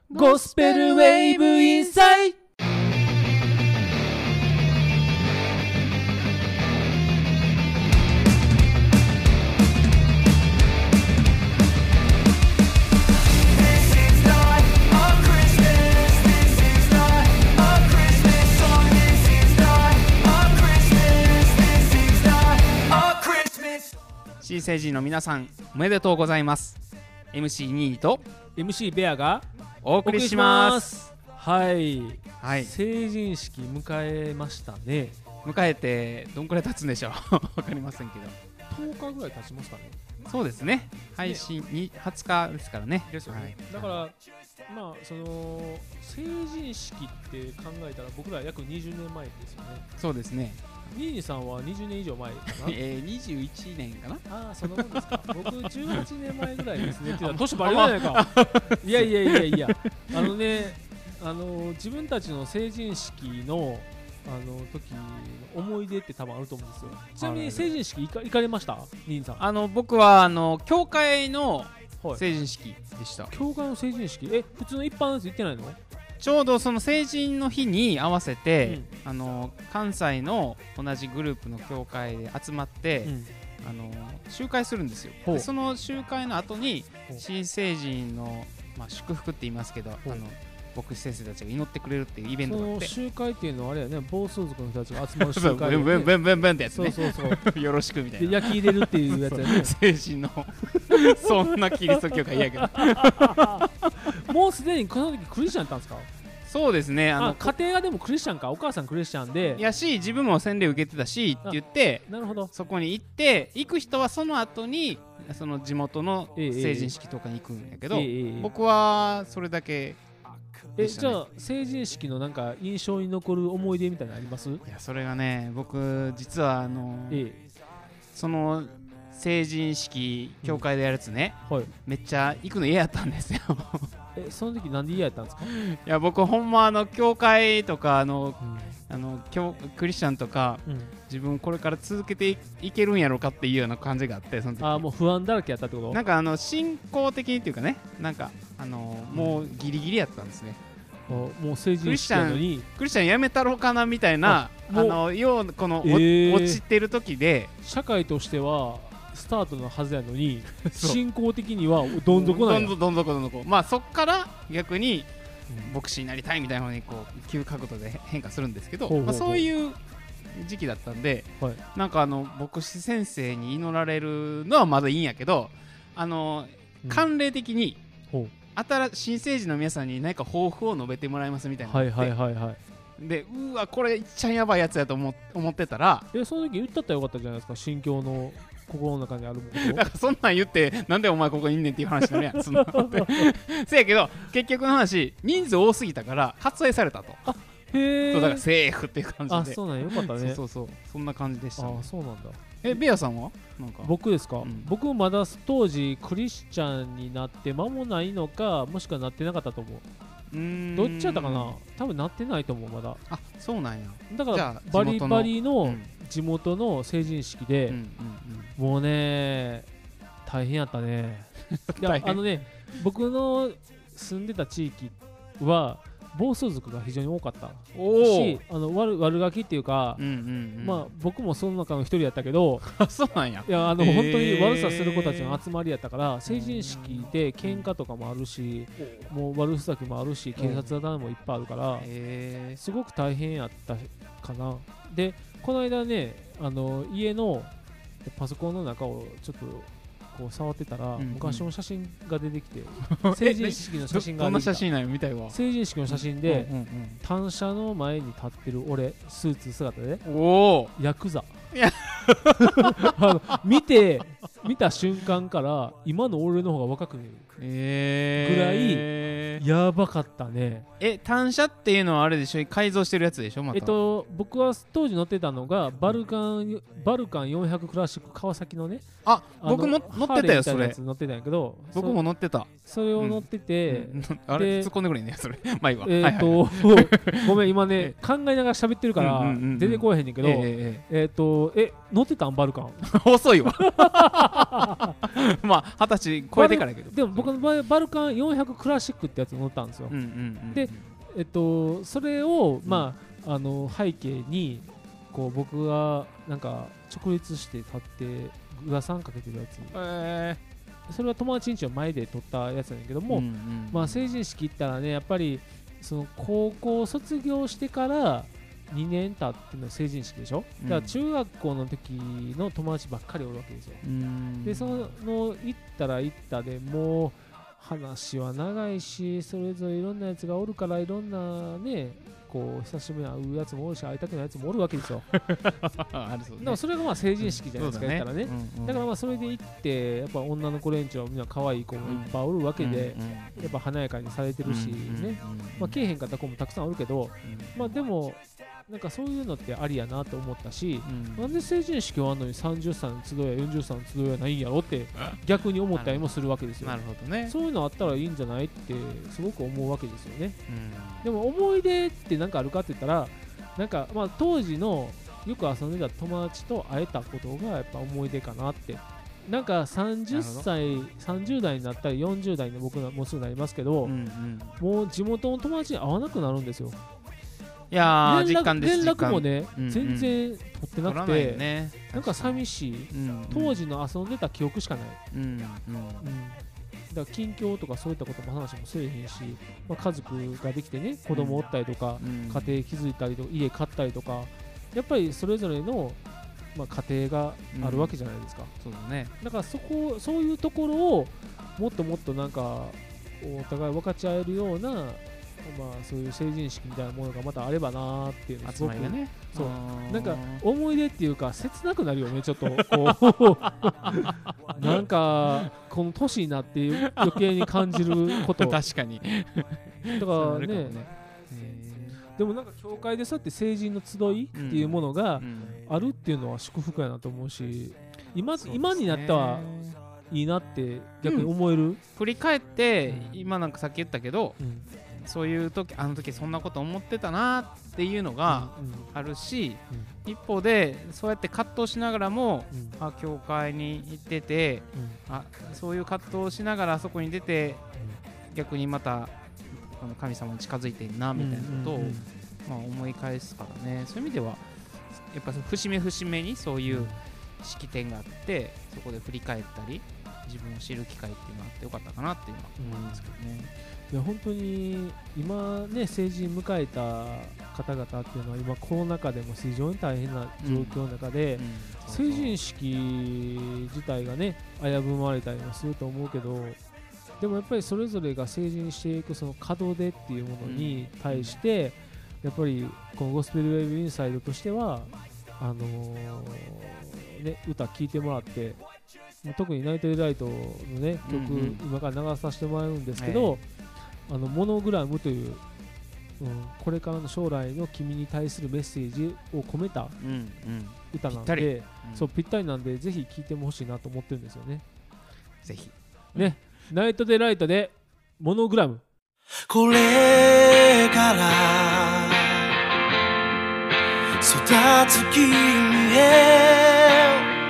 ゴスペルウェーブインサイ。 新成人の皆さんおめでとうございます。 MC ニーと MC ベアがお送りします。 はい、 はい、 成人式迎えましたね。 迎えてどんくらい経つんでしょうわかりませんけど 10日ぐらい経ちますかね。 そうですね、配信に20日ですからね。 ですよね、はい、だからまあその成人式って考えたら僕ら約20年前ですよね。 そうですね。 ニーさんは20年以上前かな 21年かな。 ああ、そのもんですか僕18年前ぐらいですねって年バレないかいや自分たちの成人式の時の思い出って多分あると思うんですよ。ちなみに成人式行かれましたニーさん。 僕は教会の成人式でした、はい、 教会の成人式普通の一般のやつ行ってないの？ ちょうどその成人の日に合わせて、関西の同じグループの教会で集まって、集会するんですよ。でその集会の後に新成人の、祝福って言いますけど、牧師先生たちが祈ってくれるっていうイベントがあって、 その集会っていうのはあれやね、暴走族の人たちが集まる集会で、ね、ブンブンブンブンってやつね。 そうよろしくみたいな。 で焼き入れるっていうやつやね成人のそんなキリスト教会嫌やけどもうすでにこの時クリスチャンやったんですか？ そうですね。 家庭がでもクリスチャンか、お母さんクリスチャンでやし、自分も洗礼受けてたしって言って、 なるほど、 そこに行って、行く人はその後にその地元の成人式とかに行くんやけど、僕はそれだけでしたね。 じゃあ成人式のなんか印象に残る思い出みたいなのあります？いや、それがね、僕実はその成人式教会でやるやつね、めっちゃ行くの嫌やったんですよその時なんで嫌やったんですか？ いや、僕ほんま教会とかクリスチャンとか、自分これから続けていけるんやろうかっていうような感じがあって、その時もう不安だらけやったってこと？ なんか信仰的にっていうかね、なんかもうギリギリやったんですね。 もう成人式なのにクリスチャンやめたろうかなみたいな、ようこの、落ちてる時で、 社会としてはスタートのはずやのに信仰的にはどん底なんや。 どん底。まあそっから逆に牧師になりたいみたいなのにこう急角度で変化するんですけど、そういう時期だったんで、なんか牧師先生に祈られるのはまだいいんやけど、慣例的に新成人の皆さんに何か抱負を述べてもらいますみたいなで、うわこれいっちゃんやばいやつやと思ってたら、 その時言ったったらよかったじゃないですか、心境の心の中にあることだからそんなん言ってなんでお前ここにいんねんっていう話になるやんそせやけど結局の話、人数多すぎたから割愛されたと。そうだからセーフっていう感じで。 そうなんや、よかったね。 そうそんな感じでした、ね。 そうなんだ。 ベアさんはなんか？ 僕ですか、僕まだ当時クリスチャンになって間もないのか、もしくはなってなかったと思う。どっちやったかな。多分なってないと思う、まだ。 そうなんや。 だからバリバリの地元の成人式で、もうね大変やったね僕の住んでた地域は暴走族が非常に多かったし、悪ガキっていうか、僕もその中の一人やったけどそうなんや。 いや本当に悪さする子たちの集まりやったから、成人式で喧嘩とかもあるし、もう悪ふざけもあるし、警察沙汰もいっぱいあるから、すごく大変やったかな。でこの間ね、家のパソコンの中をちょっとこう触ってたら、昔の写真が出てきて成人式の写真がどんな写真なんよ、見たいわ。 成人式の写真で、単車の前に立ってる俺、スーツ姿でヤクザ見た瞬間から今の俺の方が若く見えるぐらいやばかったね。 単車っていうのはあれでしょ、改造してるやつでしょ、また。 僕は当時乗ってたのがバルカン400クラシック川崎のね、 僕も乗ってたよ、それ。 乗ってたんやけど、 僕も乗ってた。 それを乗ってて、 あれ突っ込んでくれんねそれ。まあいいわ。 ごめん、今ね考えながら喋ってるから出てこえへんねんけど、乗ってたんバルカン。 遅いわまあ20歳超えてからやけど、 でも僕の場合バルカン400クラシックってやつ乗ったんですよ。でそれをまあ背景にこう僕がなんか直立して立ってグラサンかけてるやつ、それは友達んちの前で撮ったやつなんだけども、まあ成人式行ったらねやっぱりその高校卒業してから2年経っての成人式でしょ、だから中学校の時の友達ばっかりおるわけですよ。でその行ったら行ったでもう話は長いし、それぞれいろんなやつがおるからいろんなねこう久しぶりに会うやつもおるし会いたくないやつもおるわけですよ。だからそれがまあ成人式じゃないですか、言ったらね。だからまあそれで行ってやっぱ女の子連中はみんな可愛い子もいっぱいおるわけで、やっぱ華やかにされてるしね、まあけえへんかった子もたくさんおるけど、まあでもなんかそういうのってありやなと思ったし、なんで成人式はあんのに30歳の集いや40歳の集いはないんやろって逆に思ったりもするわけですよ。 なるほどね。 そういうのあったらいいんじゃないってすごく思うわけですよね。でも思い出って何かあるかって言ったら、なんかまあ当時のよく遊んでた友達と会えたことがやっぱ思い出かなって。なんか30歳30代になったり40代に僕はもうすぐなりますけど、もう地元の友達に会わなくなるんですよ。 いや実感です。 連絡もね、全然取ってなくて、 ね、 なんか寂しい、当時の遊んでた記憶しかない、だから近況とかそういったことも話もせえへんし、まあ、家族ができてね子供おったりとか、家庭築いたりとか家買ったりとか、やっぱりそれぞれの、まあ、家庭があるわけじゃないですか、 そうだね。 だからそういうところをもっともっとなんかお互い分かち合えるような、まあ、そういう成人式みたいなものがまたあればなーっていうのすごくね、そうなんか思い出っていうか切なくなるよね、ちょっとこうなんかこの年になって余計に感じること確かにだからねでもなんか教会でそうやって成人の集いっていうものがあるっていうのは祝福やなと思うし、今になったはいいなって逆に思える、 振り返って今なんかさっき言ったけど、そういう時あの時そんなこと思ってたなっていうのがあるし、一方でそうやって葛藤しながらも、教会に行ってて、そういう葛藤をしながらあそこに出て、逆にまた神様に近づいてんなみたいなことを、思い返すからね。そういう意味ではやっぱ節目節目にそういう式典があって、そこで振り返ったり自分を知る機会っていうのがあってよかったかなっていうのは思うんですけどね。 いや本当に今ね成人迎えた方々っていうのは今コロナ禍でも非常に大変な状況の中で、成人式自体がね危ぶまれたりもすると思うけど、でもやっぱりそれぞれが成人していくその門出っていうものに対して、やっぱりこのゴスペルウェーブインサイドとしてはね、歌聴いてもらって、特にナイトデライトのね曲、今から流させてもらうんですけど、モノグラムという、これからの将来の君に対するメッセージを込めた歌なんで、そうぴったりなんでぜひ聴いてもほしいなと思ってるんですよね。 ぜひね、ナイトデライトでモノグラム。 これから育つ君へ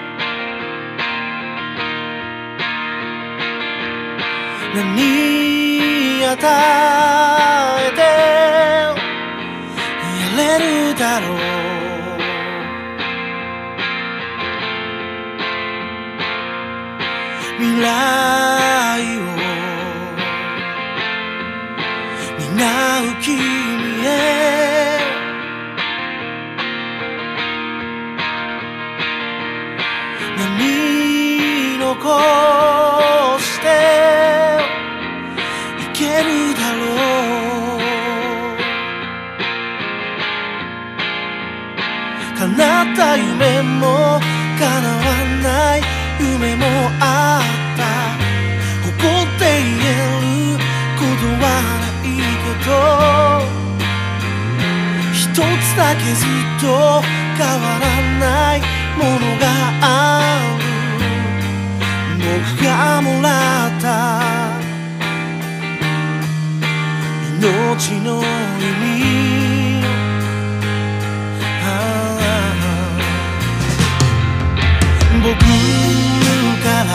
何与えてやれるだろう。未来を担う君へ何残していけるだろう。叶った夢も叶わない夢もあった。誇って言えることはないけど、一つだけずっと変わらないものがある。僕がもらった命の意味、僕から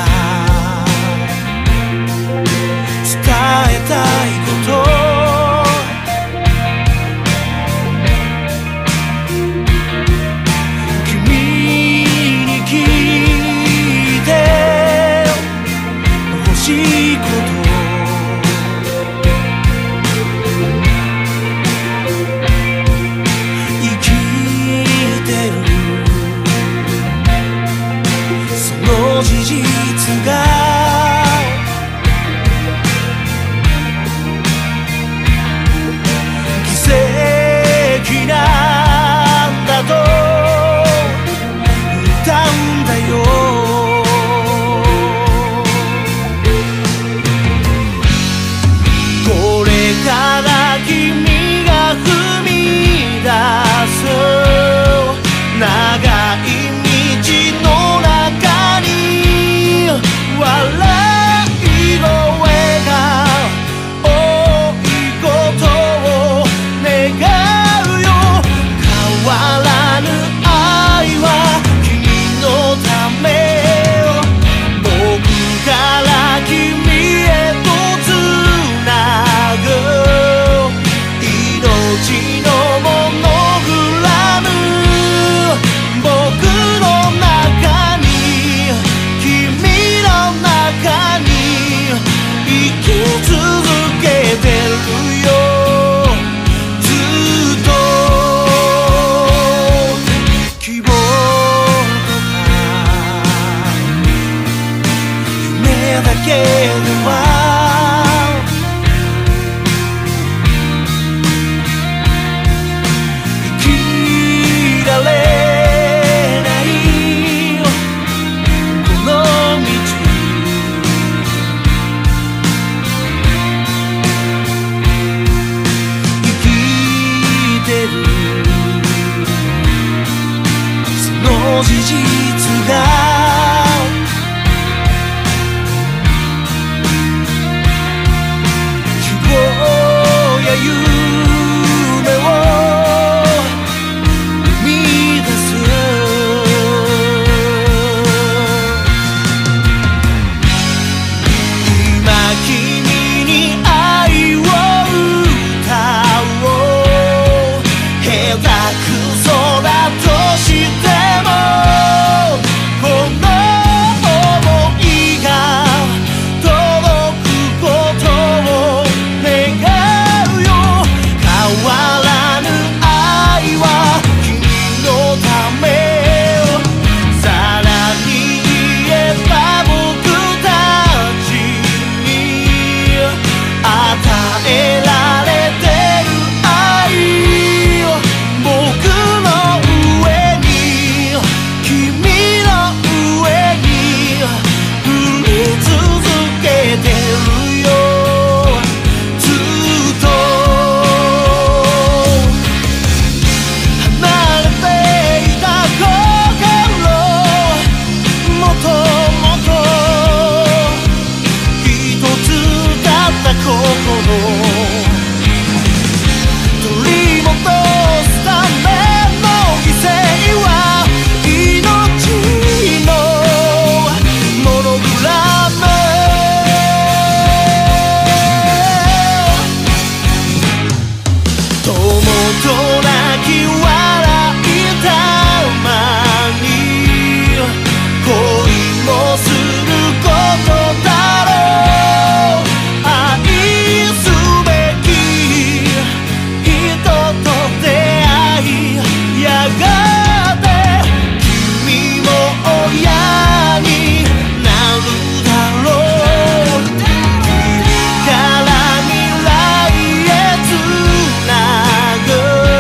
友と泣き笑いたまに恋もすることだろう愛すべき人と出会いやがて君も親になるだろう君から未来へつなぐ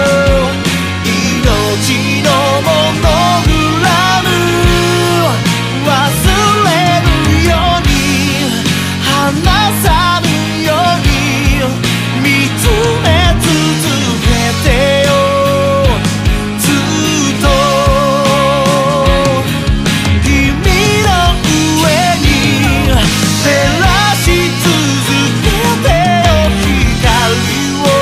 命のモノグラム忘れるように離さぬように見つめ続けてよずっと君の上に照らし続けてよ光を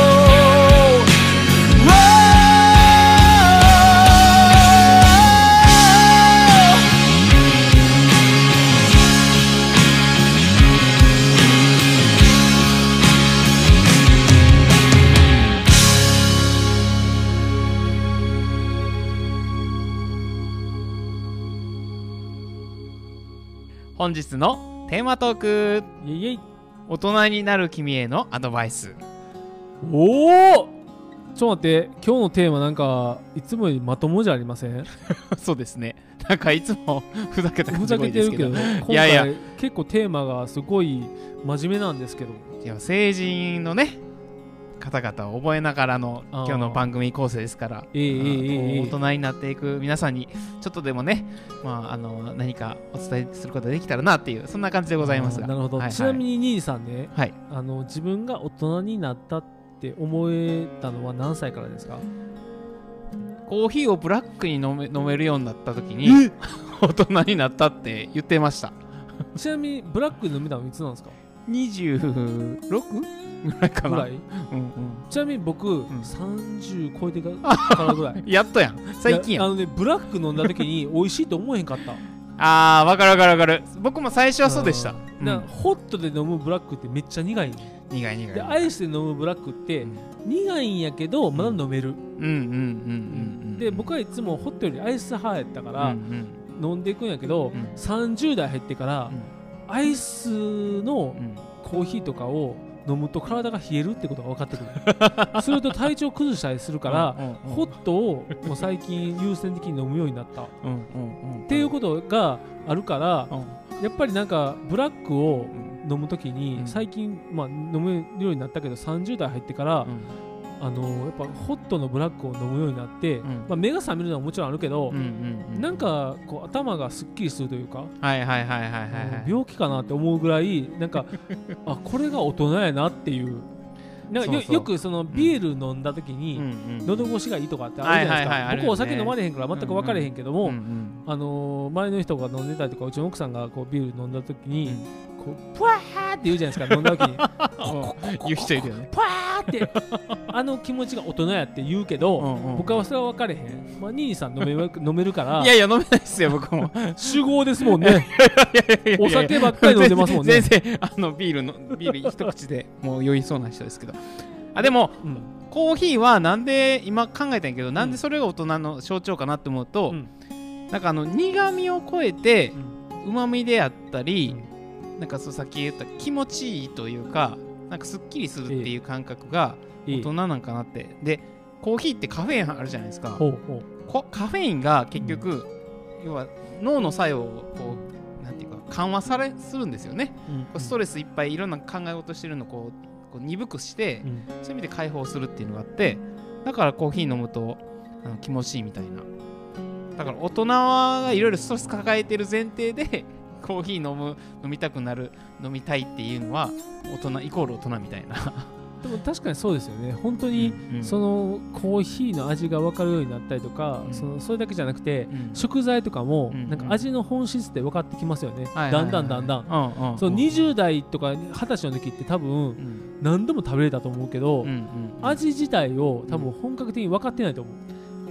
本日のテーマトーク、 イエイイエイ。 大人になる君へのアドバイス。 おお、ちょっと待って、今日のテーマなんかいつもよりまともじゃありません？ そうですね、なんかいつもふざけた感ふじが多いですけど、 ざけてるけど、今いやいや回結構テーマがすごい真面目なんですけど。 いや成人のね方々を覚えながらの今日の番組構成ですから、大人になっていく皆さんにちょっとでもね、何かお伝えすることができたらなっていう、そんな感じでございますが。 なるほど、 はいはい、 ちなみに兄さんね、 はい、 自分が大人になったって思えたのは何歳からですか？ コーヒーをブラックに飲めるようになった時に大人になったって言ってました。 ちなみにブラック飲めたのいつなんですか ？26ぐらいかな。 ぐらい、うんうん、ちなみに僕、30超えてからぐらいやっとやん、最近やん。 ブラック飲んだ時に美味しいと思えへんかった。 あー、わかるわかるわかる。僕も最初はそうでした。 ホットで飲むブラックってめっちゃ苦い。 苦いでアイスで飲むブラックって、苦いんやけどまだ飲める。で僕はいつもホットよりアイス派やったから、飲んでいくんやけど、30代入ってから、アイスのコーヒーとかを飲むと体が冷えるってことが分かってくる。すると体調崩したりするからホットをもう最近優先的に飲むようになったっていうことがあるから、やっぱりなんかブラックを飲むときに最近、飲むようになったけど30代入ってから、やっぱホットのブラックを飲むようになって、目が覚めるのはもちろんあるけど、なんかこう頭がすっきりするというか、病気かなって思うぐらいなんかあ、これが大人やなっていう。なんかよくそのビール飲んだ時に喉越しがいいとかってあるじゃないですか。僕お酒飲まれへんから全く分かれへんけども、周りの人が飲んでたりとか、うちの奥さんがこうビール飲んだ時にこうプワーって言うじゃないですか、飲んだ時に言う人いるよね。 プワーって気持ちが大人やって言うけど、僕はそれは分かれへん。兄さん飲めるから。 いやいや飲めないですよ僕も。 酒豪ですもんね。お酒ばっかり飲んでますもんね。 全然ビール一口でもう酔いそうな人ですけど。でも、コーヒーはなんで今考えたんやけど、なんでそれが大人の象徴かなって思うと、なんか苦味を超えて旨味であったり、なんかさっき言った気持ちいいというか、なんかすっきりするっていう感覚が大人なんかなって。でコーヒーってカフェインあるじゃないですか。カフェインが結局、要は脳の作用をこうなんていうか緩和するんですよね。ストレスいっぱいいろんな考え事してるのをこう鈍くして、そういう意味で解放するっていうのがあって、だからコーヒー飲むと気持ちいいみたいな。だから大人はいろいろストレス抱えてる前提でコーヒー飲みたくなる、飲みたいっていうのは大人イコール大人みたいな。 でも確かにそうですよね。本当に、そのコーヒーの味が分かるようになったりとか、それだけじゃなくて、食材とかも、なんか味の本質って分かってきますよね。だんだんその20代とか20歳の時って多分、何度も食べれたと思うけど、味自体を多分本格的に分かってないと思う。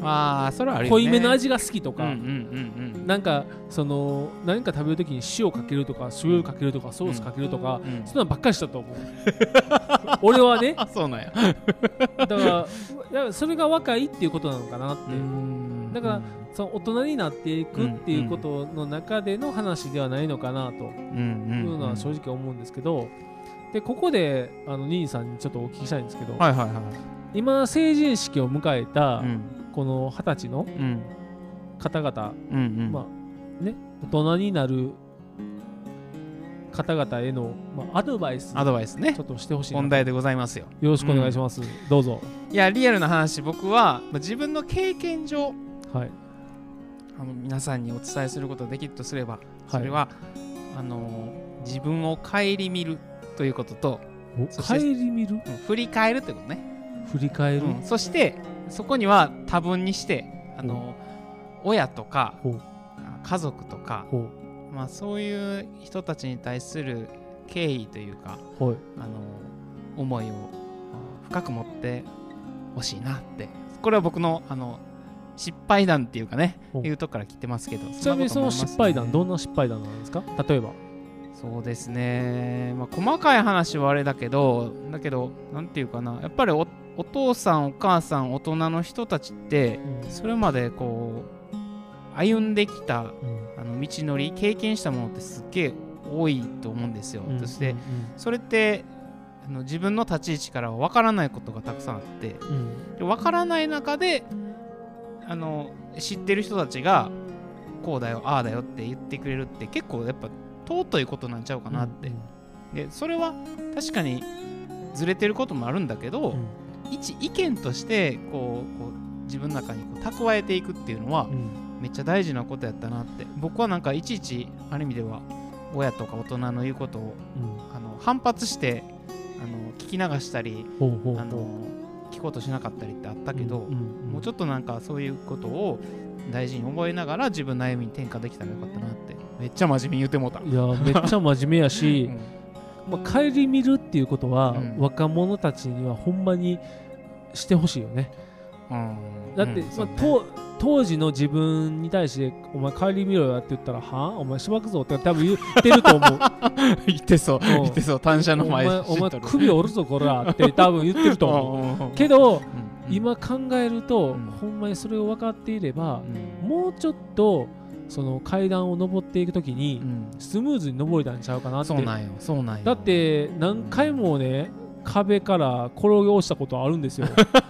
それはあるよね。 濃いめの味が好きとか、なんかその何か食べるときに塩かけるとか醤油かけるとかソースかけるとか、そんなのばっかりしたと思う俺はね。 そうなんや。 だからそれが若いっていうことなのかなって。だからその大人になっていくっていうことの中での話ではないのかなというのは正直思うんですけど、でここで兄さんにちょっとお聞きしたいんですけど、今成人式を迎えたこの20歳の方々、まあね、大人になる方々への、アドバイスね、ちょっとしてほしい問題でございますよ。 よろしくお願いします。どうぞ。 いや、リアルな話、僕は自分の経験上、皆さんにお伝えすることができるとすれば、それは自分を顧みるということと、 顧みる、 振り返るってことね。 振り返る、 そしてそこには多分にして親とか家族とか、そういう人たちに対する敬意というか、思いを深く持ってほしいなって。これは僕の失敗談っていうかね、いうとこから来てますけど。 ちなみにその失敗談、どんな失敗談なんですか？例えば。 そうですね、細かい話はあれだけどなんていうかな、やっぱり お父さんお母さん大人の人たちって、それまでこう歩んできた、道のり経験したものってすっげえ多いと思うんですよ。そしてそれって自分の立ち位置からは分からないことがたくさんあって、分からない中で知ってる人たちがこうだよああだよって言ってくれるって結構やっぱ尊いことなんちゃうかなって、でそれは確かにずれてることもあるんだけど、一意見としてこう自分の中に蓄えていくっていうのは、めっちゃ大事なことやったなって。僕はなんかいちいちある意味では親とか大人の言うことを、反発して聞き流したり聞こうとしなかったりってあったけど、もうちょっとなんかそういうことを大事に覚えながら自分の歩みに転化できたらよかったなって。めっちゃ真面目に言うてもうた。 いやめっちゃ真面目やし、顧みるっていうことは、若者たちにはほんまにしてほしいよね。だって、当時の自分に対してお前顧みろよって言ったらはお前しばくぞって多分言ってると思う。 言ってそう言ってそう。単車の前でお前首折るぞこらって多分言ってると思うけど、今考えると、ほんまにそれを分かっていれば、もうちょっとその階段を登っていくときにスムーズに登れたんちゃうかなって。 そうなんよ。 だって何回もね、壁から転げ落ちたことあるんですよ。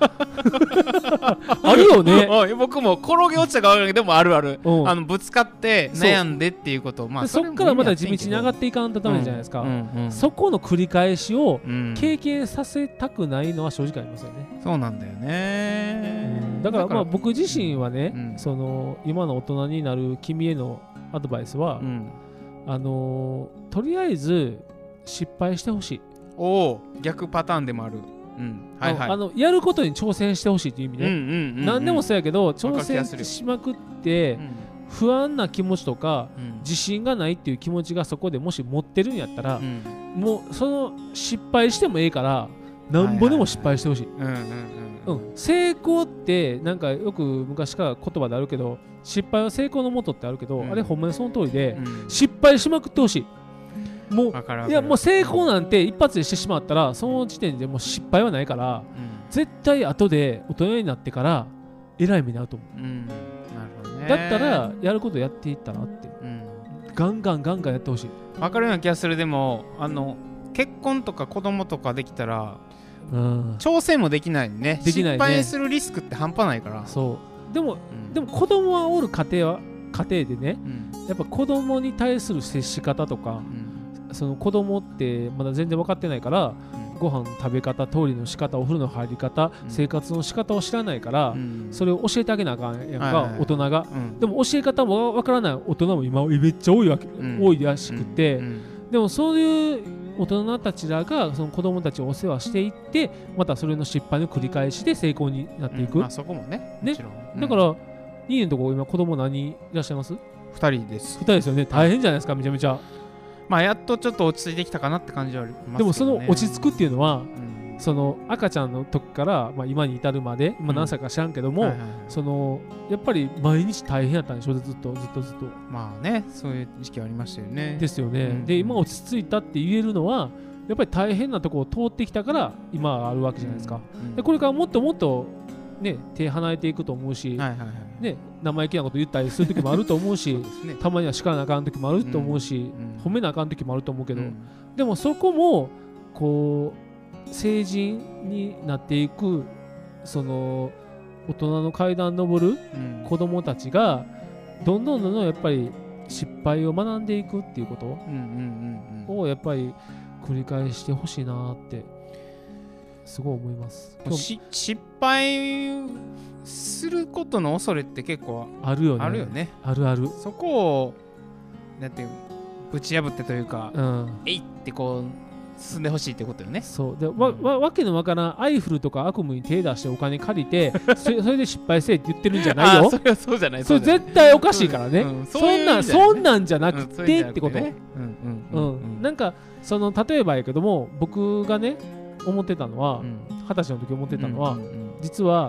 あるよね。 僕も転げ落ちた側でもあるある。ぶつかって悩んでっていうことを、 そっからまた地道に上がっていかんとダメじゃないですか。そこの繰り返しを経験させたくないのは正直ありますよね。 そうなんだよね。 だから僕自身はね、その今の大人になる君へのアドバイスは、とりあえず失敗してほしい。 逆パターンでもある。 やることに挑戦してほしいっていう意味で、何でもそうやけど挑戦しまくって不安な気持ちとか自信がないっていう気持ちがそこでもし持ってるんやったら、もうその失敗してもええからなんぼでも失敗してほしい。成功ってなんかよく昔から言葉であるけど、失敗は成功のもとってあるけど、あれほんまにその通りで、失敗しまくってほしい。もう成功なんて一発でしてしまったらその時点でもう失敗はないから、絶対後で大人になってから偉い目に遭うと思う。なるほどね。だったらやることやっていったらって、ガンガンやってほしい。 分かるような気がする。でも結婚とか子供とかできたら、挑戦もできないね。失敗するリスクって半端ないから。 そうでも子供はおる家庭でね、やっぱ子供に対する接し方とか、その子供ってまだ全然分かってないから、ご飯食べ方、調理の仕方、お風呂の入り方、生活の仕方を知らないから、それを教えてあげなあかんやんか、大人が。でも教え方も分からない大人も今めっちゃ多いらしくて、でもそういう大人たちらがその子供たちをお世話していって、またそれの失敗の繰り返しで成功になっていく。 そこもね。 だからいいねんとこ今子供何人いらっしゃいます？2 人です。 2人ですよね。大変じゃないですか、めちゃめちゃ。 やっとちょっと落ち着いてきたかなって感じはありますけどね。 でもその落ち着くっていうのは、 その赤ちゃんの時から、まあ、今に至るまで今何歳か知らんけども、そのやっぱり毎日大変やったんでしょ、ずっと。 まあね、そういう時期ありましたよね。 ですよね、で今落ち着いたって言えるのはやっぱり大変なところを通ってきたから今があるわけじゃないですか、でこれからもっともっとね、手離れていくと思うし、ね、生意気なこと言ったりする時もあると思うし、たまには叱らなあかん時もあると思うし、褒めなあかん時もあると思うけど、でもそこもこう成人になっていくその大人の階段登る子供たちがどんどんやっぱり失敗を学んでいくっていうことをやっぱり繰り返してほしいなってすごい思います。 失敗することの恐れって結構あるよね。ある。 そこをなんていうぶち破ってというか、えいってこう進んでほしいってことよね。 そうで、わけのわからんアイフルとか悪夢に手出してお金借りてそれで失敗せえって言ってるんじゃないよ。 それはそうじゃない。 それ絶対おかしいからね。そんなんじゃなくてってこと。なんかその例えばやけども僕がね思ってたのは、20歳の時思ってたのは、実は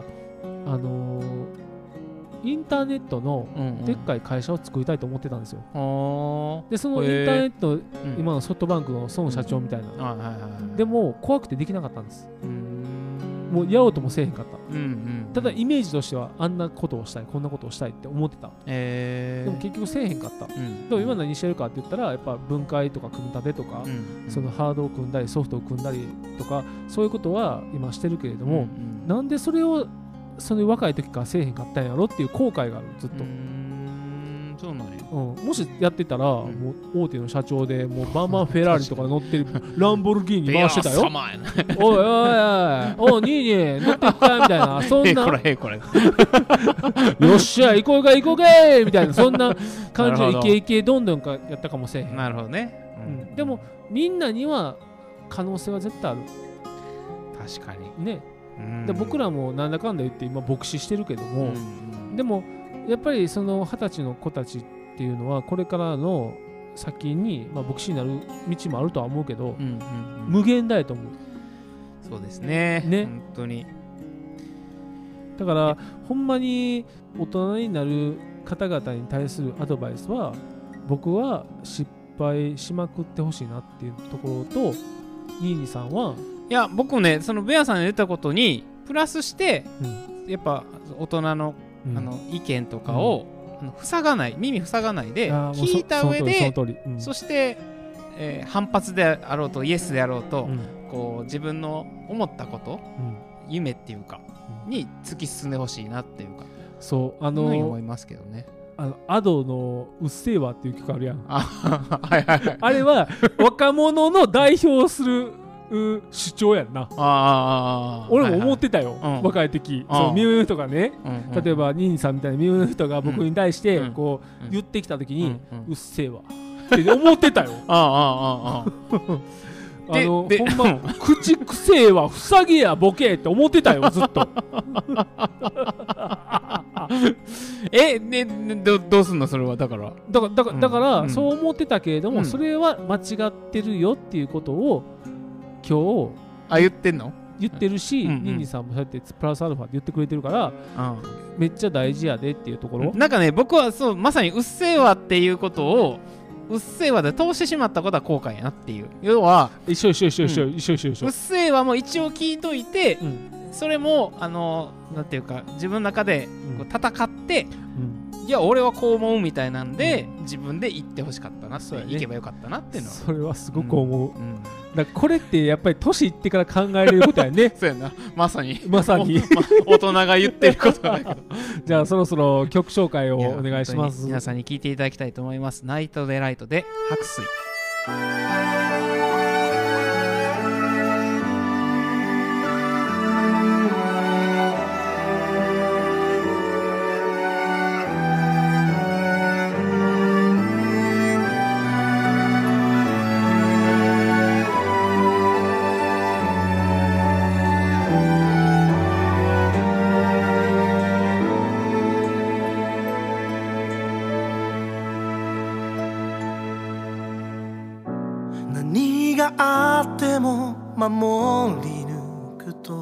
インターネットのでっかい会社を作りたいと思ってたんですよ。でそのインターネット、今のソフトバンクの孫社長みたいな、でも怖くてできなかったんです。もうやろうともせえへんかった、ただイメージとしてはあんなことをしたいこんなことをしたいって思ってた、でも結局せえへんかった、でも今何してるかって言ったらやっぱ分解とか組み立てとか、そのハードを組んだりソフトを組んだりとかそういうことは今してるけれども、なんでそれをその若い時からせえへんかったんやろっていう後悔がある、ずっと。 そうなんや。 もしやってたら、もう大手の社長でもうバンバンフェラーリとか乗ってるランボルギーニ回してたよ。おいおいニーニー乗ってっかみたいな、そんなよっしゃ行こうかみたいな、そんな感じでイケイケどんどんかやったかもしれへん。 なるほどね。 でもみんなには可能性は絶対ある。 確かにね。で僕らもなんだかんだ言って今牧師してるけども、でもやっぱりその20歳の子たちっていうのはこれからの先に、牧師になる道もあるとは思うけど、無限大と思う。 そうですね。本当に。 だからほんまに大人になる方々に対するアドバイスは、僕は失敗しまくってほしいなっていうところと、ニーニさんはいや僕もね、そのベアさんの言ったことにプラスして、やっぱ大人の意見とかを、塞がない、耳塞がないで聞いた上で、そして、反発であろうとイエスであろうと、こう自分の思ったこと、夢っていうか、に突き進んでほしいなっていうか、 そう思いますけどね。 アドの「うっせぇわ」っていう曲あるやん。あれは若者の代表する主張やんな。俺も思ってたよ、若い時。そのミューとかね、例えばニーニさんみたいなミューの人が僕に対してこう言ってきた時に「うっせぇわ」って思ってたよ。ほんま口くせえわ塞げやボケって思ってたよ、ずっと。 どうすんのそれは。だからそう思ってたけれども、それは間違ってるよっていうことを今日言ってるし、ニンニさんもそうやってプラスアルファって言ってくれてるから、めっちゃ大事やでっていうところ。 なんかね、僕はそうまさにうっせぇわっていうことをうっせぇわで通してしまったことは後悔やなっていう。要は一緒。うっせぇわも一応聞いといて、それもなんていうか自分の中でこう戦って、いや俺はこう思うみたいなんで、自分で言ってほしかったなって、行けばよかったなっていうのはそれはすごく思う。だからこれってやっぱり年いってから考えれることやね。 そうやな、まさに大人が言ってることだけど。 じゃあそろそろ曲紹介をお願いします。 皆さんに聴いていただきたいと思います。ナイトデライトで白水。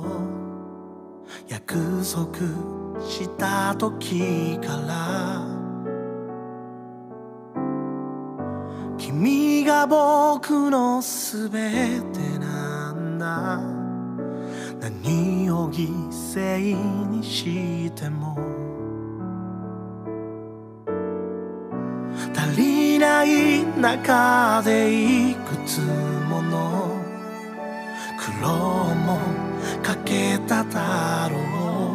約束した時から君が僕のすべてなんだ。何を犠牲にしても足りない中でいくつもの苦労もかけただろ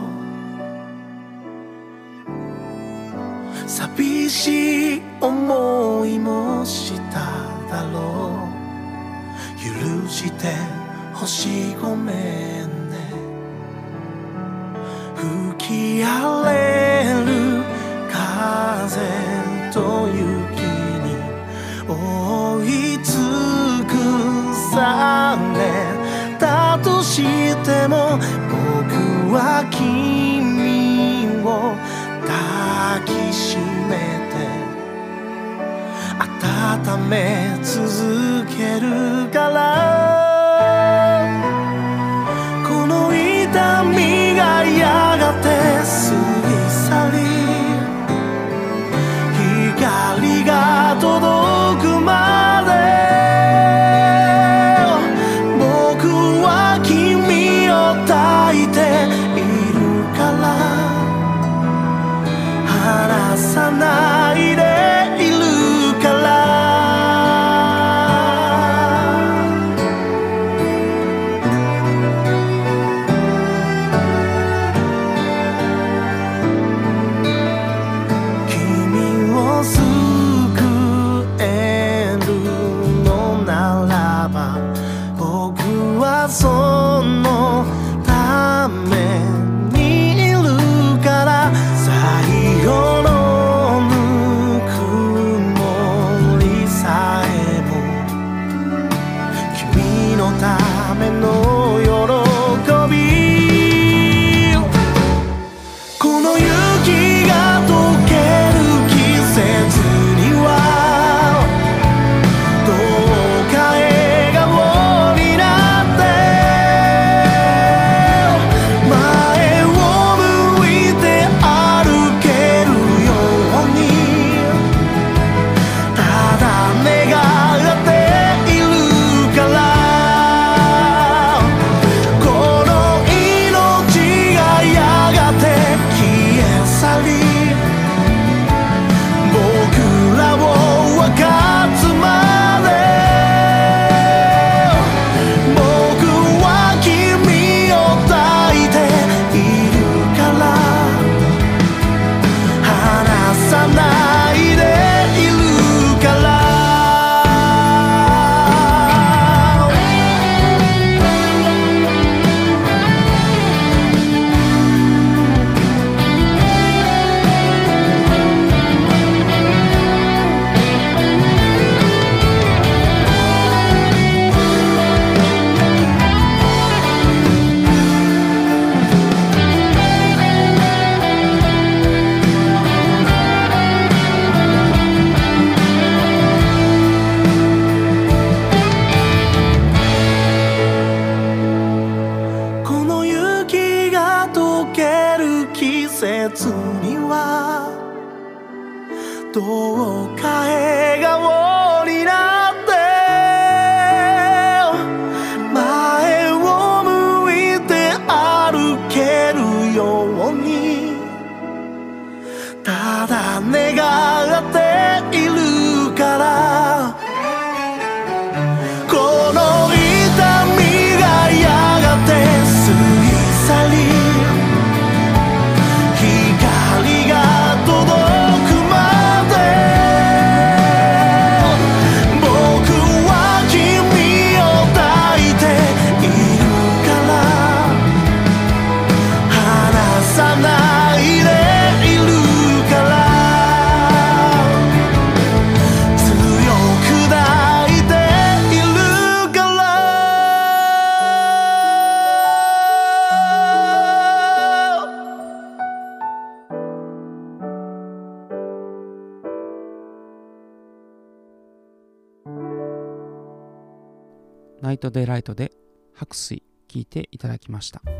う。寂しい思いもしただろう。許してほしいごめんね。吹き荒れる風と雪に追いつくされたとしても僕は君を抱きしめて温め続けるから。この痛みがやがて過ぎ去り光が届くまで僕は君を抱いているから離さないでいるから。君を救えるのならば僕はそのためにいるから。最後のぬくもりさえも君のための喜び。この雪が溶ける季節にはどうか笑顔になって前を向いて歩けるようにただ願っているから。この命がやがて消え去り僕らを分かつまで僕は君を抱いているから離さないでいるから。この雪が溶ける季節にはどうか笑顔になって前を向いて歩けるようにただ願っているから。この痛みがやがて過ぎ去り光が届くまで僕は君を抱いているから離さないでいるから。強く抱いているから。 ナイトデイライトで白水聞いていただきました。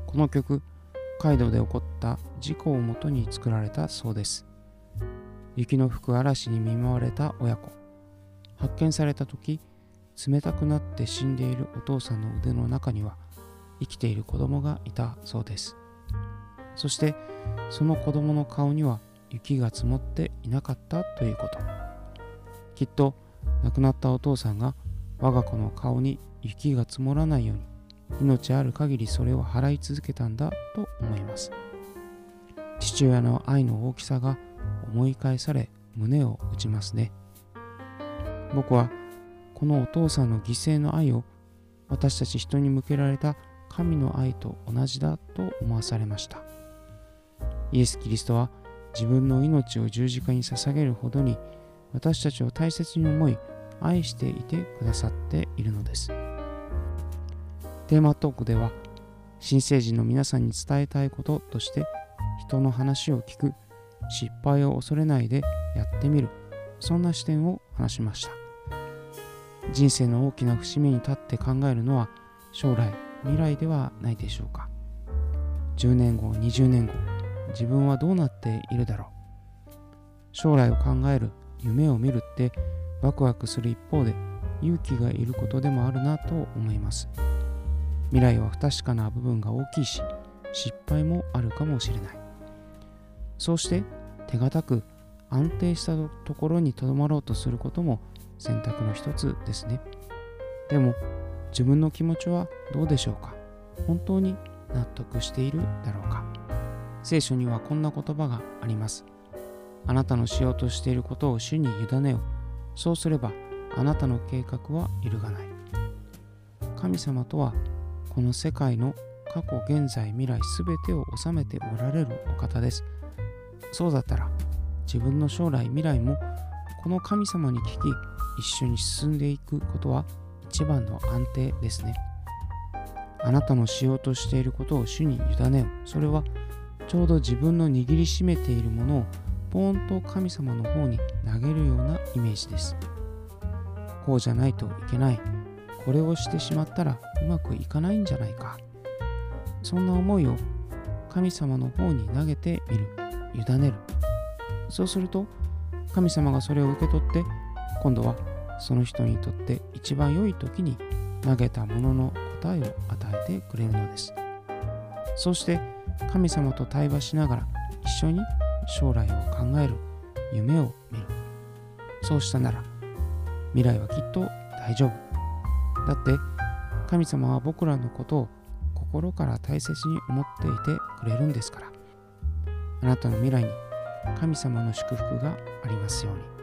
この曲、北海道で起こった事故をもとに作られたそうです。雪の吹く嵐に見舞われた親子。発見された時、冷たくなって死んでいるお父さんの腕の中には生きている子供がいたそうです。そしてその子供の顔には雪が積もっていなかったということ。きっと亡くなったお父さんが我が子の顔に雪が積もらないように命ある限りそれを払い続けたんだと思います。父親の愛の大きさが思い返され胸を打ちますね。僕はこのお父さんの犠牲の愛を私たち人に向けられた神の愛と同じだと思わされました。イエス・キリストは自分の命を十字架に捧げるほどに私たちを大切に思い愛していてくださっているのです。テーマトークでは新成人の皆さんに伝えたいこととして人の話を聞く、失敗を恐れないでやってみる、そんな視点を話しました。人生の大きな節目に立って考えるのは将来、未来ではないでしょうか。10年後、20年後、自分はどうなっているだろう。将来を考える、夢を見るってワクワクする一方で勇気がいることでもあるなと思います。未来は不確かな部分が大きいし、失敗もあるかもしれない。そうして手堅く安定したところにとどまろうとすることも選択の一つですね。でも自分の気持ちはどうでしょうか。本当に納得しているだろうか。聖書にはこんな言葉があります。あなたのしようとしていることを主に委ねよ。そうすればあなたの計画は揺るがない。神様とはこの世界の過去、現在、未来すべてを治めておられるお方です。そうだったら自分の将来、未来もこの神様に聞き一緒に進んでいくことは一番の安定ですね。あなたのしようとしていることを主に委ねよ。それはちょうど自分の握りしめているものをポーンと神様の方に投げるようなイメージです。こうじゃないといけない。これをしてしまったらうまくいかないんじゃないか。そんな思いを神様の方に投げてみる。委ねる。そうすると神様がそれを受け取って今度はその人にとって一番良い時に投げたものの答えを与えてくれるのです。そして神様と対話しながら一緒に将来を考える、夢を見る。そうしたなら未来はきっと大丈夫。だって神様は僕らのことを心から大切に思っていてくれるんですから。あなたの未来に神様の祝福がありますように。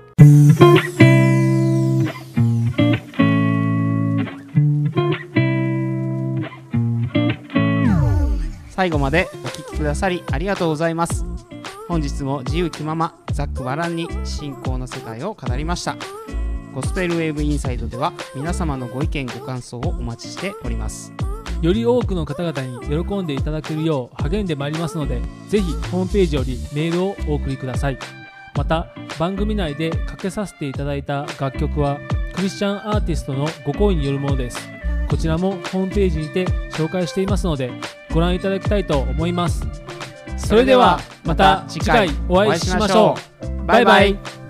最後までお聞きくださりありがとうございます。本日も自由気ままざっくばらんに信仰の世界を語りました。ゴスペルウェーブインサイドでは皆様のご意見ご感想をお待ちしております。 より多くの方々に喜んでいただけるよう励んでまいりますので、ぜひホームページよりメールをお送りください。また番組内でかけさせていただいた楽曲はクリスチャンアーティストのご好意によるものです。こちらもホームページにて紹介していますのでご覧いただきたいと思います。それではまた次回お会いしましょう。バイバイ。